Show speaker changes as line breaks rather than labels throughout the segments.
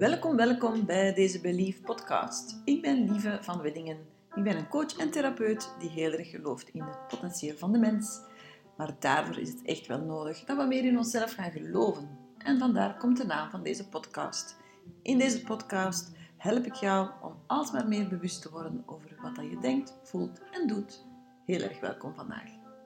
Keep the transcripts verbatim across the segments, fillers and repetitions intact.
Welkom, welkom bij deze Believe podcast. Ik ben Lieve van Weddingen. Ik ben een coach en therapeut die heel erg gelooft in het potentieel van de mens. Maar daarvoor is het echt wel nodig dat we meer in onszelf gaan geloven. En vandaar komt de naam van deze podcast. In deze podcast help ik jou om alsmaar meer bewust te worden over wat je denkt, voelt en doet. Heel erg welkom vandaag.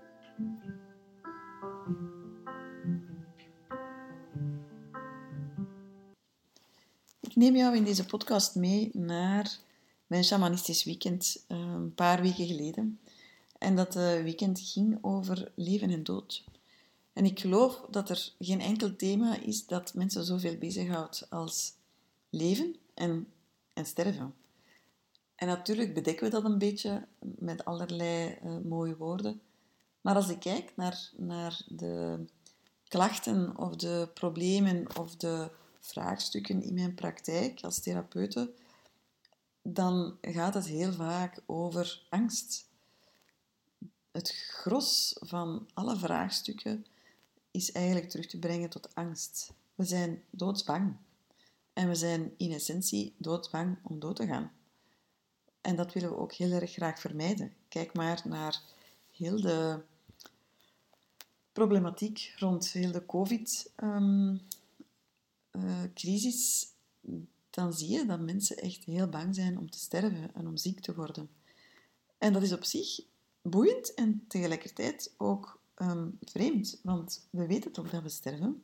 Ik neem jou in deze podcast mee naar mijn shamanistisch weekend uh, een paar weken geleden. En dat uh, weekend ging over leven en dood. En ik geloof dat er geen enkel thema is dat mensen zoveel bezighoudt als leven en, en sterven. En natuurlijk bedekken we dat een beetje met allerlei uh, mooie woorden. Maar als ik kijk naar, naar de klachten of de problemen of de vraagstukken in mijn praktijk als therapeute, dan gaat het heel vaak over angst. Het gros van alle vraagstukken is eigenlijk terug te brengen tot angst. We zijn doodsbang. En we zijn in essentie doodsbang om dood te gaan. En dat willen we ook heel erg graag vermijden. Kijk maar naar heel de problematiek rond heel de covid-crisis. Um, uh, dan zie je dat mensen echt heel bang zijn om te sterven en om ziek te worden. En dat is op zich boeiend en tegelijkertijd ook um, vreemd, want we weten toch dat we sterven.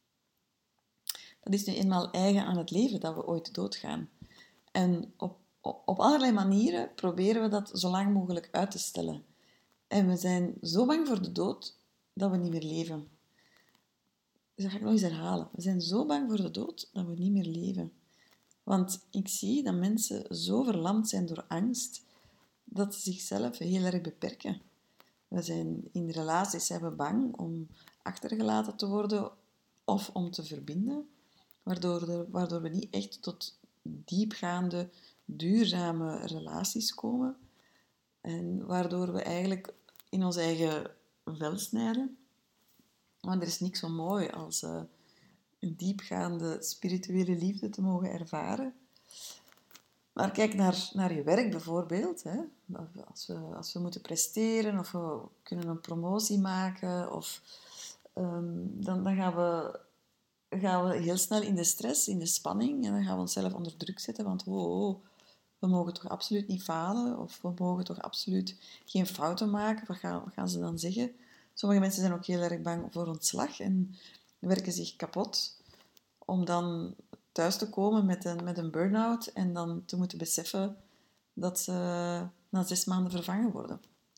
Dat is nu eenmaal eigen aan het leven, dat we ooit doodgaan. En op, op allerlei manieren proberen we dat zo lang mogelijk uit te stellen. En we zijn zo bang voor de dood dat we niet meer leven. Dus dat ga ik nog eens herhalen. We zijn zo bang voor de dood dat we niet meer leven. Want ik zie dat mensen zo verlamd zijn door angst dat ze zichzelf heel erg beperken. We zijn in relaties zijn we bang om achtergelaten te worden of om te verbinden, waardoor, er, waardoor we niet echt tot diepgaande, duurzame relaties komen en waardoor we eigenlijk in ons eigen vel snijden. Want er is niks zo mooi als uh, een diepgaande spirituele liefde te mogen ervaren. Maar kijk naar, naar je werk bijvoorbeeld. Hè. Als, we, als we moeten presteren of we kunnen een promotie maken, of, um, dan, dan gaan, we, gaan we heel snel in de stress, in de spanning. En dan gaan we onszelf onder druk zetten. Want wow, we mogen toch absoluut niet falen. Of we mogen toch absoluut geen fouten maken. Wat gaan, wat gaan ze dan zeggen? Sommige mensen zijn ook heel erg bang voor ontslag en werken zich kapot om dan thuis te komen met een, met een burn-out en dan te moeten beseffen dat ze na zes maanden vervangen worden.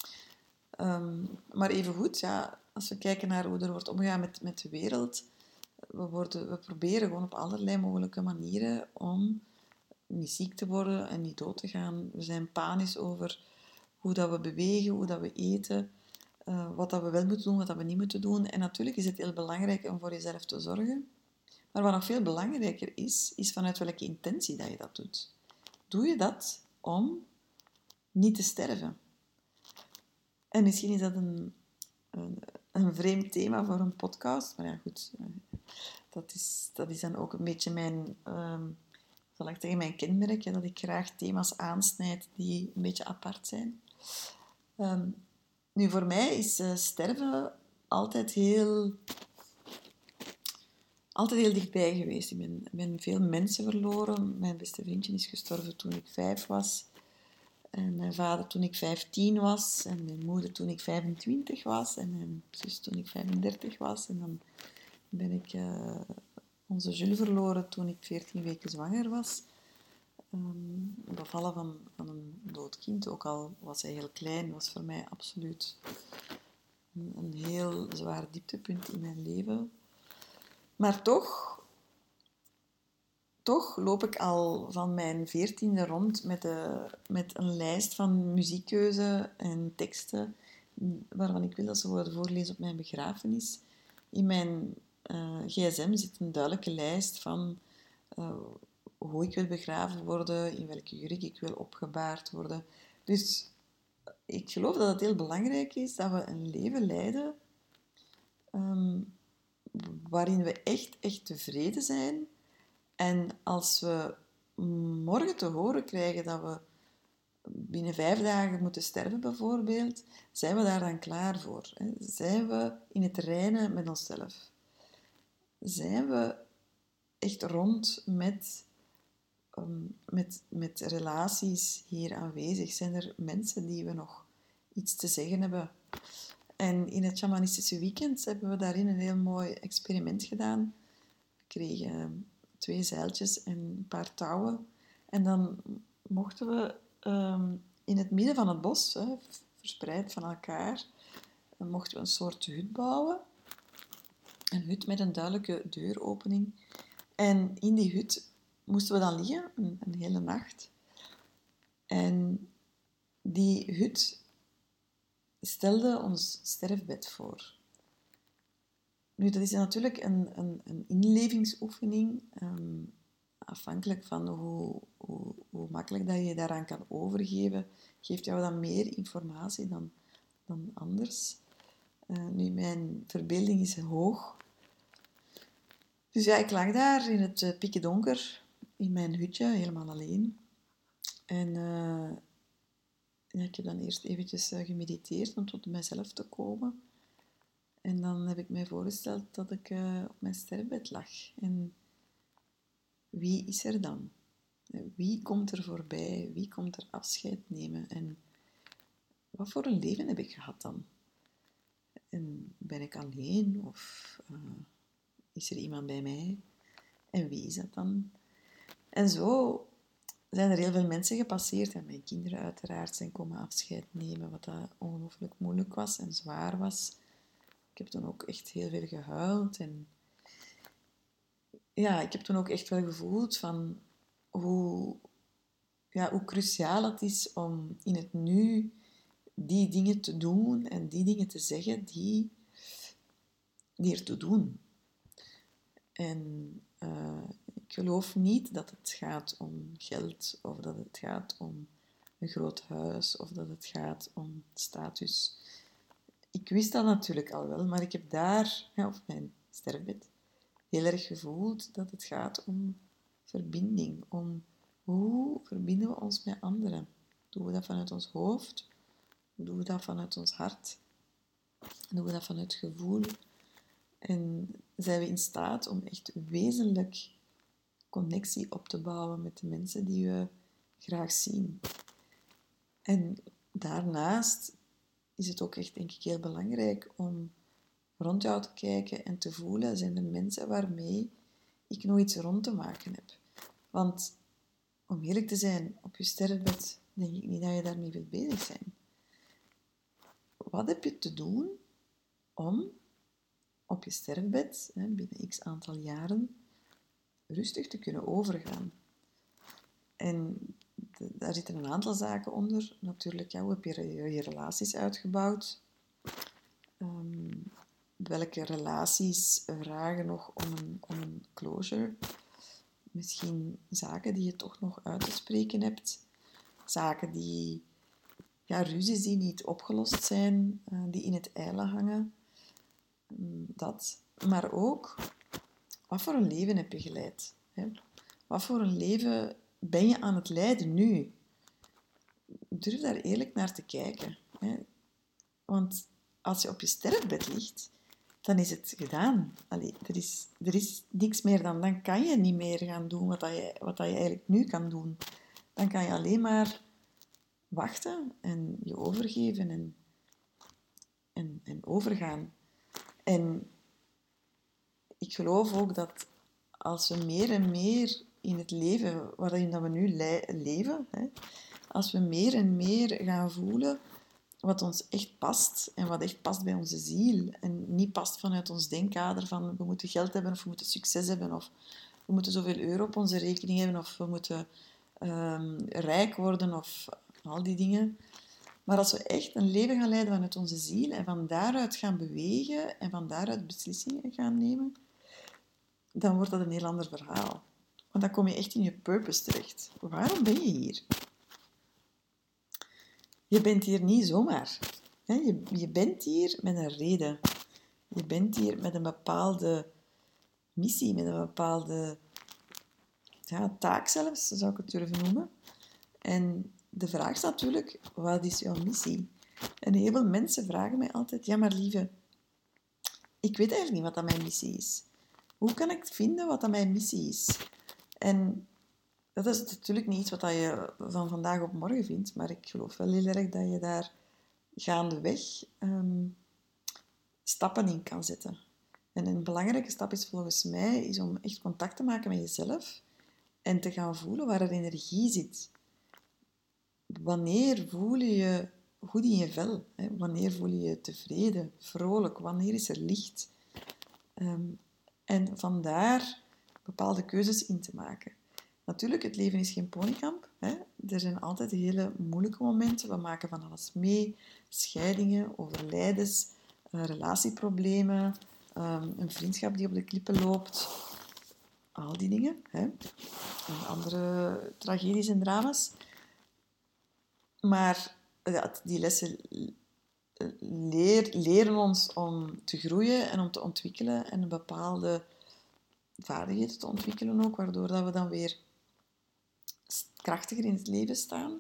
Um, maar evengoed, ja, als we kijken naar hoe er wordt omgegaan met, met de wereld, we, worden, we proberen gewoon op allerlei mogelijke manieren om niet ziek te worden en niet dood te gaan. We zijn panisch over hoe dat we bewegen, hoe dat we eten, uh, wat dat we wel moeten doen, wat dat we niet moeten doen. En natuurlijk is het heel belangrijk om voor jezelf te zorgen. Maar wat nog veel belangrijker is, is vanuit welke intentie dat je dat doet. Doe je dat om niet te sterven? En misschien is dat een, een, een vreemd thema voor een podcast, maar ja, goed. Dat is, dat is dan ook een beetje mijn, um, zal ik zeggen, mijn kenmerk, hè, dat ik graag thema's aansnijd die een beetje apart zijn. Um, nu, voor mij is uh, sterven altijd heel... altijd heel dichtbij geweest. Ik ben, ben veel mensen verloren. Mijn beste vriendje is gestorven toen ik vijf was. En mijn vader toen ik vijftien was. En mijn moeder toen ik vijfentwintig was. En mijn zus toen ik vijfendertig was. En dan ben ik uh, onze Jules verloren toen ik veertien weken zwanger was. Um, bevallen van, van een dood kind. Ook al was hij heel klein, was voor mij absoluut een, een heel zwaar dieptepunt in mijn leven. Maar toch, toch loop ik al van mijn veertiende rond met, de, met een lijst van muziekkeuze en teksten waarvan ik wil dat ze worden voorgelezen op mijn begrafenis. In mijn uh, gsm zit een duidelijke lijst van uh, hoe ik wil begraven worden, in welke jurk ik wil opgebaard worden. Dus ik geloof dat het heel belangrijk is dat we een leven leiden um, waarin we echt, echt tevreden zijn En als we morgen te horen krijgen dat we binnen vijf dagen moeten sterven bijvoorbeeld, zijn we daar dan klaar voor? Hè? Zijn we in het reinen met onszelf? Zijn we echt rond met, um, met, met relaties hier aanwezig? Zijn er mensen die we nog iets te zeggen hebben? En in het shamanistische weekend hebben we daarin een heel mooi experiment gedaan. We kregen twee zeiltjes en een paar touwen. En dan mochten we um, in het midden van het bos, hè, verspreid van elkaar, dan mochten we een soort hut bouwen. Een hut met een duidelijke deuropening. En in die hut moesten we dan liggen, een, een hele nacht. En die hut stelde ons sterfbed voor. Nu, dat is natuurlijk een, een, een inlevingsoefening, um, afhankelijk van hoe, hoe, hoe makkelijk dat je je daaraan kan overgeven, geeft jou dan meer informatie dan, dan anders. Uh, nu, mijn verbeelding is hoog. Dus ja, ik lag daar in het uh, pikken donker, in mijn hutje, helemaal alleen. En uh, ja, ik heb dan eerst eventjes uh, gemediteerd om tot mezelf te komen. En dan heb ik mij voorgesteld dat ik uh, op mijn sterfbed lag. En wie is er dan? Wie komt er voorbij? Wie komt er afscheid nemen? En wat voor een leven heb ik gehad dan? En ben ik alleen? Of uh, is er iemand bij mij? En wie is dat dan? En zo zijn er heel veel mensen gepasseerd. En mijn kinderen uiteraard zijn komen afscheid nemen, wat dat ongelooflijk moeilijk was en zwaar was. Ik heb toen ook echt heel veel gehuild. En ja, ik heb toen ook echt wel gevoeld van hoe, ja, hoe cruciaal het is om in het nu die dingen te doen en die dingen te zeggen die, die ertoe doen. En uh, ik geloof niet dat het gaat om geld of dat het gaat om een groot huis of dat het gaat om status. Ik wist dat natuurlijk al wel, maar ik heb daar, ja, op mijn sterfbed, heel erg gevoeld dat het gaat om verbinding. Om hoe verbinden we ons met anderen? Doen we dat vanuit ons hoofd? Doen we dat vanuit ons hart? Doen we dat vanuit gevoel? En zijn we in staat om echt wezenlijk connectie op te bouwen met de mensen die we graag zien? En daarnaast is het ook echt, denk ik, heel belangrijk om rond jou te kijken en te voelen, zijn er mensen waarmee ik nog iets rond te maken heb. Want, om eerlijk te zijn, op je sterfbed denk ik niet dat je daarmee wilt bezig zijn. Wat heb je te doen om op je sterfbed, binnen x aantal jaren, rustig te kunnen overgaan? En de, daar zitten een aantal zaken onder. Natuurlijk, ja, hoe heb je je, je relaties uitgebouwd? Um, welke relaties vragen nog om een, om een closure? Misschien zaken die je toch nog uit te spreken hebt. Zaken die, ja, ruzies die niet opgelost zijn, uh, die in het ijlen hangen. Um, dat. Maar ook, wat voor een leven heb je geleid? Hè? Wat voor een leven ben je aan het leiden nu? Durf daar eerlijk naar te kijken. Hè? Want als je op je sterfbed ligt, dan is het gedaan. Allee, er, is, er is niks meer dan. Dan kan je niet meer gaan doen wat, dat je, wat dat je eigenlijk nu kan doen. Dan kan je alleen maar wachten en je overgeven en, en, en overgaan. En ik geloof ook dat als we meer en meer in het leven waarin dat we nu le- leven, hè, als we meer en meer gaan voelen wat ons echt past en wat echt past bij onze ziel en niet past vanuit ons denkkader van we moeten geld hebben of we moeten succes hebben of we moeten zoveel euro op onze rekening hebben of we moeten um, rijk worden of al die dingen. Maar als we echt een leven gaan leiden vanuit onze ziel en van daaruit gaan bewegen en van daaruit beslissingen gaan nemen, dan wordt dat een heel ander verhaal. Want dan kom je echt in je purpose terecht. Waarom ben je hier? Je bent hier niet zomaar. Je, je bent hier met een reden. Je bent hier met een bepaalde missie, met een bepaalde ja, taak zelfs, zou ik het durven noemen. En de vraag is natuurlijk, wat is jouw missie? En heel veel mensen vragen mij altijd, ja maar lieve, ik weet eigenlijk niet wat dat mijn missie is. Hoe kan ik vinden wat dat mijn missie is? En dat is natuurlijk niet iets wat je van vandaag op morgen vindt, maar ik geloof wel heel erg dat je daar gaandeweg um, stappen in kan zetten. En een belangrijke stap is volgens mij is om echt contact te maken met jezelf en te gaan voelen waar er energie zit. Wanneer voel je je goed in je vel? Hè? Wanneer voel je je tevreden, vrolijk? Wanneer is er licht? Um, en vandaar bepaalde keuzes in te maken. Natuurlijk, het leven is geen ponykamp. Hè? Er zijn altijd hele moeilijke momenten. We maken van alles mee. Scheidingen, overlijdens, uh, relatieproblemen, um, een vriendschap die op de klippen loopt. Al die dingen. Hè? En andere tragedies en drama's. Maar ja, die lessen leer, leren ons om te groeien en om te ontwikkelen en een bepaalde vaardigheden te ontwikkelen ook, waardoor dat we dan weer krachtiger in het leven staan.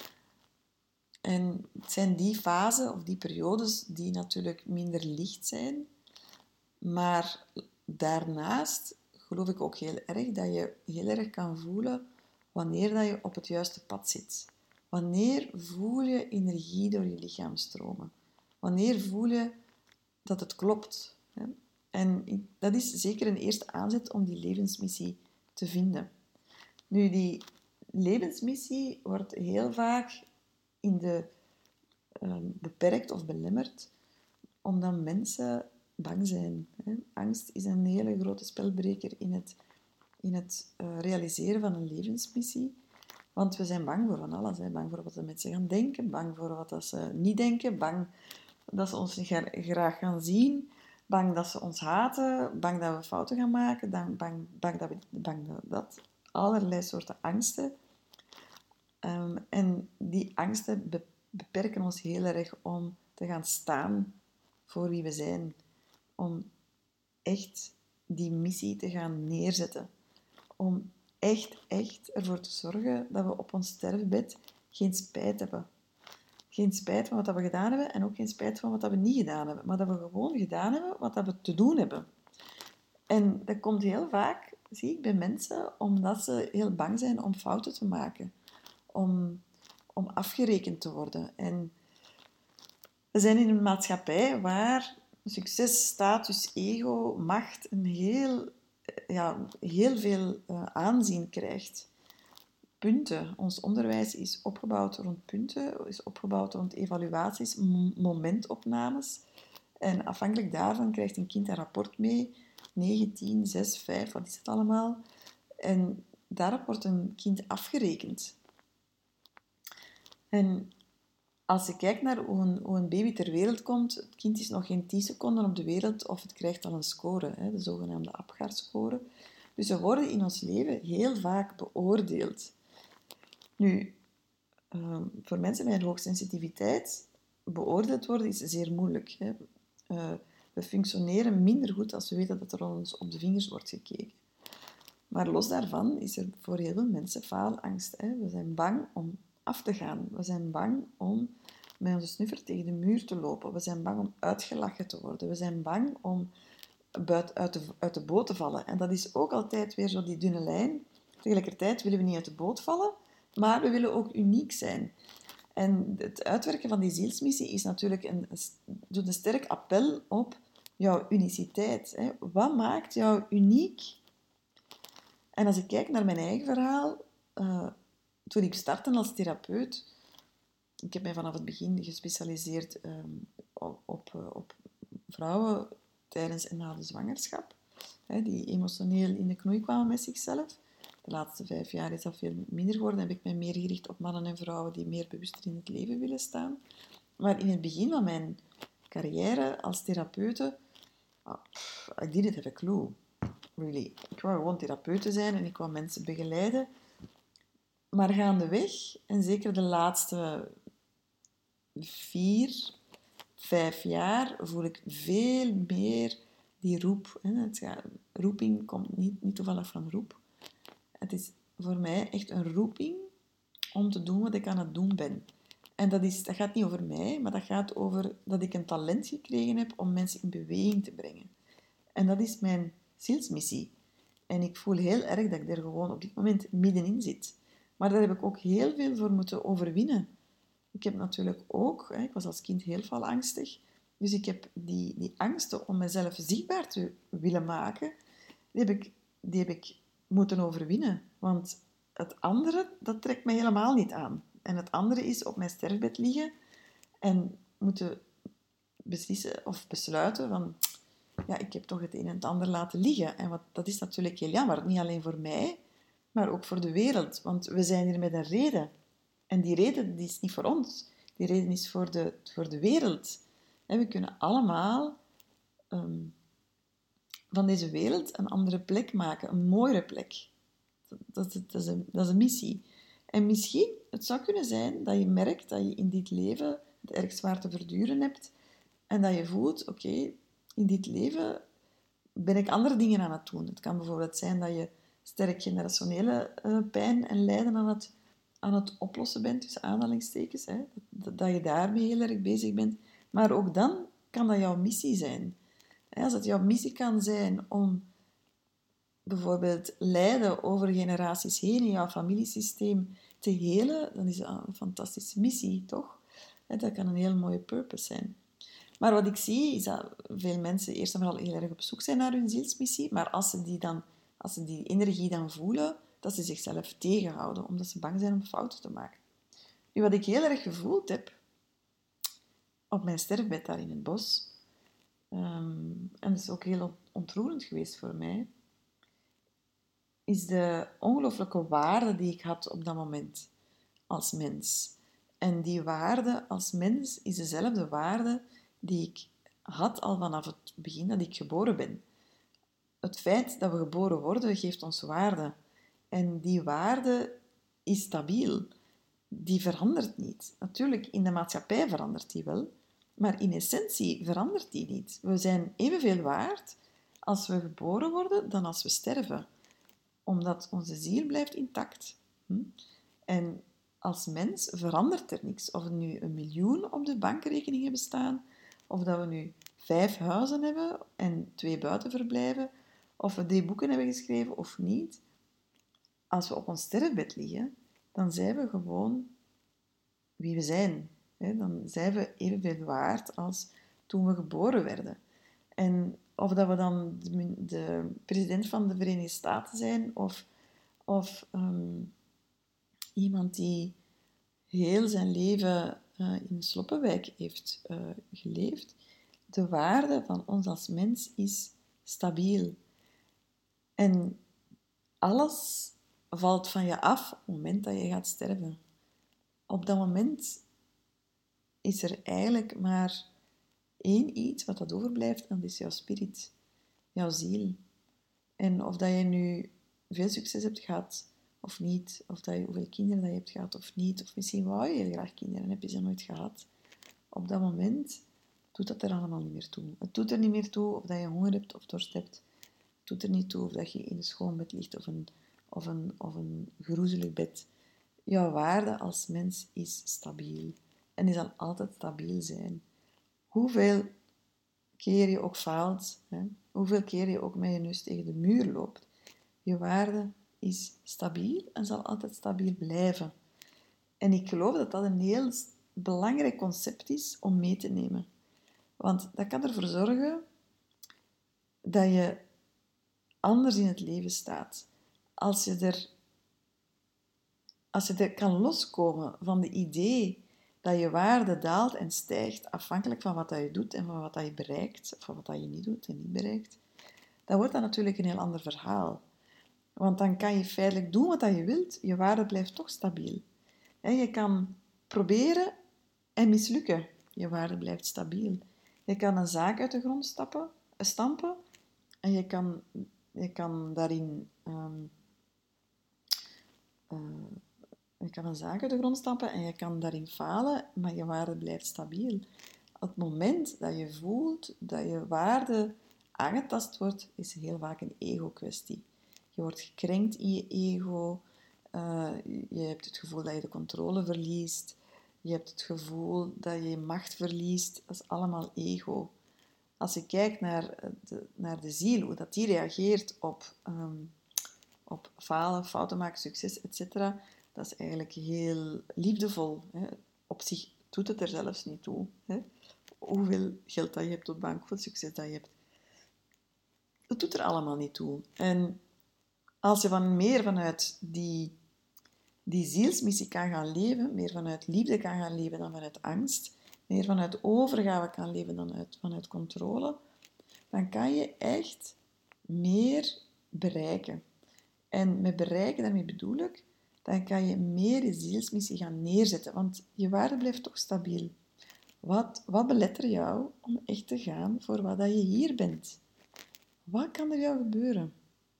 En het zijn die fasen of die periodes die natuurlijk minder licht zijn, maar daarnaast geloof ik ook heel erg dat je heel erg kan voelen wanneer dat je op het juiste pad zit. Wanneer voel je energie door je lichaam stromen? Wanneer voel je dat het klopt? En dat is zeker een eerste aanzet om die levensmissie te vinden. Nu, die levensmissie wordt heel vaak in de, uh, beperkt of belemmerd omdat mensen bang zijn. Hè. Angst is een hele grote spelbreker in het, in het uh, realiseren van een levensmissie. Want we zijn bang voor van alles. Hè. Bang voor wat de mensen gaan denken, bang voor wat dat ze niet denken, bang dat ze ons niet graag gaan zien, bang dat ze ons haten, bang dat we fouten gaan maken, bang, bang, bang dat we bang dat, dat. Allerlei soorten angsten. Um, en die angsten be- beperken ons heel erg om te gaan staan voor wie we zijn. Om echt die missie te gaan neerzetten. Om echt, echt ervoor te zorgen dat we op ons sterfbed geen spijt hebben. Geen spijt van wat we gedaan hebben en ook geen spijt van wat we niet gedaan hebben. Maar dat we gewoon gedaan hebben wat we te doen hebben. En dat komt heel vaak, zie ik, bij mensen omdat ze heel bang zijn om fouten te maken. Om, om afgerekend te worden. En we zijn in een maatschappij waar succes, status, ego, macht een heel, ja, heel veel uh, aanzien krijgt. Punten. Ons onderwijs is opgebouwd rond punten, is opgebouwd rond evaluaties, momentopnames. En afhankelijk daarvan krijgt een kind een rapport mee. negen, tien, zes, vijf, wat is het allemaal? En daarop wordt een kind afgerekend. En als je kijkt naar hoe een, hoe een baby ter wereld komt, het kind is nog geen tien seconden op de wereld of het krijgt al een score, hè, de zogenaamde Apgar-score. Dus we worden in ons leven heel vaak beoordeeld. Nu, uh, voor mensen met een hoogsensitiviteit, beoordeeld worden is zeer moeilijk. Hè. Uh, we functioneren minder goed als we weten dat er ons op de vingers wordt gekeken. Maar los daarvan is er voor heel veel mensen faalangst. Hè. We zijn bang om af te gaan. We zijn bang om met onze snuffer tegen de muur te lopen. We zijn bang om uitgelachen te worden. We zijn bang om buiten, uit, de, uit de boot te vallen. En dat is ook altijd weer zo die dunne lijn. Tegelijkertijd willen we niet uit de boot vallen, maar we willen ook uniek zijn. En het uitwerken van die zielsmissie is natuurlijk een, doet een sterk appel op jouw uniciteit. Hè. Wat maakt jou uniek? En als ik kijk naar mijn eigen verhaal, uh, toen ik startte als therapeut, ik heb mij vanaf het begin gespecialiseerd um, op, op, op vrouwen tijdens en na de zwangerschap, hè, die emotioneel in de knoei kwamen met zichzelf. De laatste vijf jaar is dat veel minder geworden. Heb ik mij meer gericht op mannen en vrouwen die meer bewuster in het leven willen staan. Maar in het begin van mijn carrière als therapeute, oh, I didn't have a clue. Really. Ik wou gewoon therapeute zijn en ik wou mensen begeleiden. Maar gaandeweg, en zeker de laatste vier, vijf jaar, voel ik veel meer die roep. Hè. Het, ja, roeping komt niet, niet toevallig van roep. het is voor mij echt een roeping om te doen wat ik aan het doen ben. En dat, is, dat gaat niet over mij, maar dat gaat over dat ik een talent gekregen heb om mensen in beweging te brengen. En dat is mijn zielsmissie. En ik voel heel erg dat ik er gewoon op dit moment middenin zit. Maar daar heb ik ook heel veel voor moeten overwinnen. Ik heb natuurlijk ook, hè, ik was als kind heel veel angstig, dus ik heb die, die angsten om mezelf zichtbaar te willen maken, die heb ik, die heb ik moeten overwinnen. Want het andere, dat trekt mij helemaal niet aan. En het andere is op mijn sterfbed liggen en moeten beslissen of besluiten van, ja, ik heb toch het een en het ander laten liggen. En wat, dat is natuurlijk heel jammer. Niet alleen voor mij, maar ook voor de wereld. Want we zijn hier met een reden. En die reden die is niet voor ons. Die reden is voor de, voor de wereld. En we kunnen allemaal um, van deze wereld een andere plek maken. Een mooiere plek. Dat, dat, dat, is een, dat is een missie. En misschien, het zou kunnen zijn dat je merkt dat je in dit leven het erg zwaar te verduren hebt. En dat je voelt, oké, okay, in dit leven ben ik andere dingen aan het doen. Het kan bijvoorbeeld zijn dat je sterk generationele uh, pijn en lijden aan het, aan het oplossen bent, tussen aanhalingstekens. Hè? Dat, dat je daarmee heel erg bezig bent. Maar ook dan kan dat jouw missie zijn. Als het jouw missie kan zijn om bijvoorbeeld lijden over generaties heen in jouw familiesysteem te helen, dan is dat een fantastische missie, toch? Dat kan een heel mooie purpose zijn. Maar wat ik zie, is dat veel mensen eerst en vooral heel erg op zoek zijn naar hun zielsmissie, maar als ze die, dan, als ze die energie dan voelen, dat ze zichzelf tegenhouden, omdat ze bang zijn om fouten te maken. Nu, wat ik heel erg gevoeld heb, op mijn sterfbed daar in het bos, um, en dat is ook heel ontroerend geweest voor mij, is de ongelooflijke waarde die ik had op dat moment als mens. En die waarde als mens is dezelfde waarde die ik had al vanaf het begin dat ik geboren ben. Het feit dat we geboren worden geeft ons waarde. En die waarde is stabiel. Die verandert niet. Natuurlijk, in de maatschappij verandert die wel, maar in essentie verandert die niet. We zijn evenveel waard als we geboren worden dan als we sterven. Omdat onze ziel blijft intact. En als mens verandert er niks. Of er nu een miljoen op de bankrekening hebben staan, of dat we nu vijf huizen hebben en twee buitenverblijven, of we drie boeken hebben geschreven of niet. Als we op ons sterfbed liggen, dan zijn we gewoon wie we zijn. Dan zijn we evenveel waard als toen we geboren werden. En of dat we dan de president van de Verenigde Staten zijn, of, of um, iemand die heel zijn leven uh, in Sloppenwijk heeft uh, geleefd, de waarde van ons als mens is stabiel. En alles valt van je af op het moment dat je gaat sterven. Op dat moment is er eigenlijk maar één iets wat dat overblijft, en dat is jouw spirit, jouw ziel. En of dat je nu veel succes hebt gehad of niet, of dat je hoeveel kinderen dat je hebt gehad of niet, of misschien wou je heel graag kinderen en heb je ze nooit gehad. Op dat moment doet dat er allemaal niet meer toe. Het doet er niet meer toe of dat je honger hebt of dorst hebt. Het doet er niet toe of dat je in een schoon bed ligt of een, of een, of een geroezelig bed. Jouw waarde als mens is stabiel en die zal altijd stabiel zijn. Hoeveel keer je ook faalt, hè, hoeveel keer je ook met je neus tegen de muur loopt, je waarde is stabiel en zal altijd stabiel blijven. En ik geloof dat dat een heel belangrijk concept is om mee te nemen. Want dat kan ervoor zorgen dat je anders in het leven staat. Als je er, als je er kan loskomen van de idee dat je waarde daalt en stijgt afhankelijk van wat je doet en van wat je bereikt, of van wat je niet doet en niet bereikt, dan wordt dat natuurlijk een heel ander verhaal. Want dan kan je feitelijk doen wat je wilt, je waarde blijft toch stabiel. Je kan proberen en mislukken, je waarde blijft stabiel. Je kan een zaak uit de grond stappen, stampen en je kan, je kan daarin um, uh, je kan een zaak uit de grond stampen en je kan daarin falen, maar je waarde blijft stabiel. Op het moment dat je voelt dat je waarde aangetast wordt, is heel vaak een ego-kwestie. Je wordt gekrenkt in je ego. Uh, je hebt het gevoel dat je de controle verliest. Je hebt het gevoel dat je je macht verliest. Dat is allemaal ego. Als je kijkt naar de, naar de ziel, hoe dat die reageert op, um, op falen, fouten maken, succes, et cetera, dat is eigenlijk heel liefdevol. Hè. Op zich doet het er zelfs niet toe. Hè. Hoeveel geld dat je hebt op bank, hoeveel succes dat je hebt. Dat doet er allemaal niet toe. En als je van meer vanuit die, die zielsmissie kan gaan leven, meer vanuit liefde kan gaan leven dan vanuit angst, meer vanuit overgave kan leven dan uit, vanuit controle, dan kan je echt meer bereiken. En met bereiken, daarmee bedoel ik, dan kan je meer je zielsmissie gaan neerzetten, want je waarde blijft toch stabiel. Wat, wat belet er jou om echt te gaan voor wat dat je hier bent? Wat kan er jou gebeuren?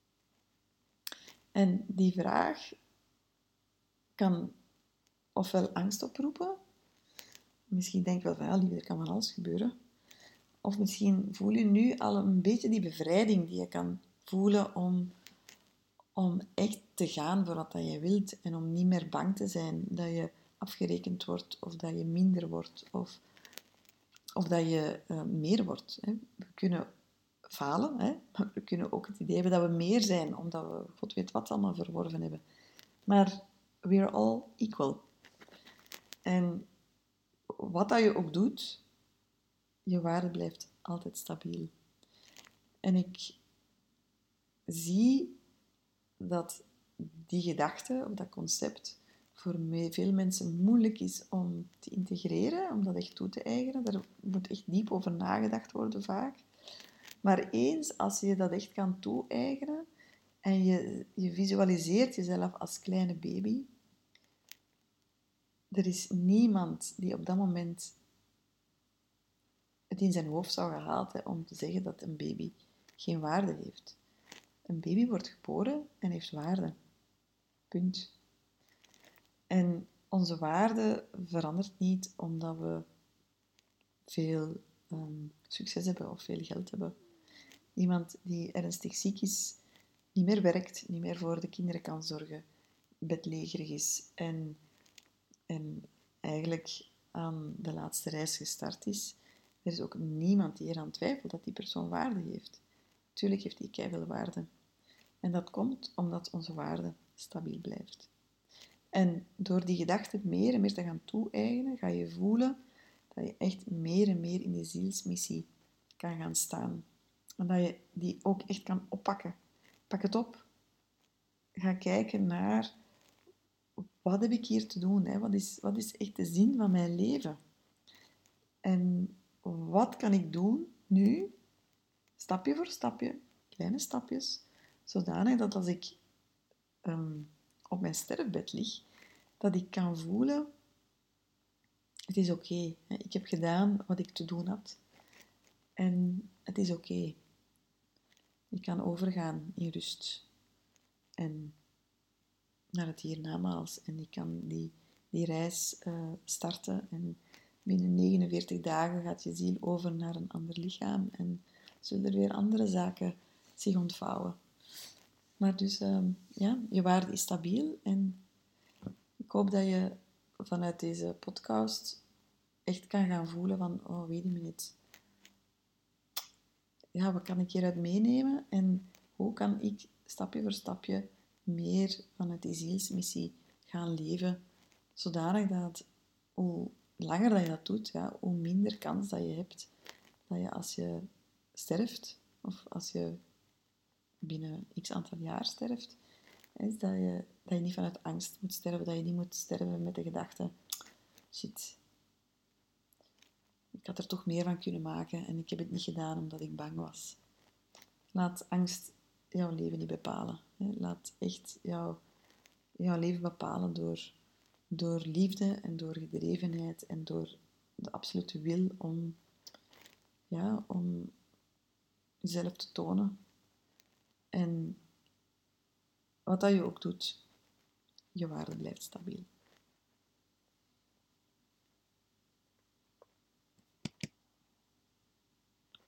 En die vraag kan ofwel angst oproepen, misschien denk je wel van, ja, lieve, er kan van alles gebeuren. Of misschien voel je nu al een beetje die bevrijding die je kan voelen om, om echt te gaan voor wat dat je wilt en om niet meer bang te zijn dat je afgerekend wordt of dat je minder wordt of, of dat je uh, meer wordt. Hè. We kunnen falen, hè, maar we kunnen ook het idee hebben dat we meer zijn, omdat we god weet wat allemaal verworven hebben. Maar we're all equal. En wat dat je ook doet, je waarde blijft altijd stabiel. En ik zie dat die gedachte, of dat concept, voor veel mensen moeilijk is om te integreren, om dat echt toe te eigenen. Daar moet echt diep over nagedacht worden vaak. Maar eens als je dat echt kan toe-eigenen en je, je visualiseert jezelf als kleine baby, er is niemand die op dat moment het in zijn hoofd zou gehaald hebben om te zeggen dat een baby geen waarde heeft. Een baby wordt geboren en heeft waarde. Punt. En onze waarde verandert niet omdat we veel um, succes hebben of veel geld hebben. Iemand die ernstig ziek is, niet meer werkt, niet meer voor de kinderen kan zorgen, bedlegerig is en, en eigenlijk aan de laatste reis gestart is, er is ook niemand die eraan twijfelt dat die persoon waarde heeft. Tuurlijk heeft die keiveel waarde. En dat komt omdat onze waarde stabiel blijft. En door die gedachten meer en meer te gaan toe-eigenen, ga je voelen dat je echt meer en meer in de zielsmissie kan gaan staan. En dat je die ook echt kan oppakken. Pak het op. Ga kijken naar, wat heb ik hier te doen? Hè? Wat is, wat is echt de zin van mijn leven? En wat kan ik doen nu, stapje voor stapje, kleine stapjes, zodanig dat als ik um, op mijn sterfbed lig, dat ik kan voelen, het is oké. Okay. Ik heb gedaan wat ik te doen had. En het is oké. Okay. Ik kan overgaan in rust. En naar het hiernamaals. En ik kan die, die reis uh, starten. En binnen negenenveertig dagen gaat je ziel over naar een ander lichaam. En zullen er weer andere zaken zich ontvouwen. Maar dus, uh, ja, je waarde is stabiel. En ik hoop dat je vanuit deze podcast echt kan gaan voelen van, oh, weet je niet. Ja, wat kan ik hieruit meenemen? En hoe kan ik stapje voor stapje meer vanuit die zielsmissie gaan leven, zodanig dat hoe langer dat je dat doet, ja, hoe minder kans dat je hebt dat je als je sterft, of als je binnen x aantal jaar sterft, is dat je, dat je niet vanuit angst moet sterven, dat je niet moet sterven met de gedachte, shit, ik had er toch meer van kunnen maken en ik heb het niet gedaan omdat ik bang was. Laat angst jouw leven niet bepalen. Laat echt jou, jouw leven bepalen door, door liefde en door gedrevenheid en door de absolute wil om, ja, om jezelf te tonen. En wat dat je ook doet, je waarde blijft stabiel.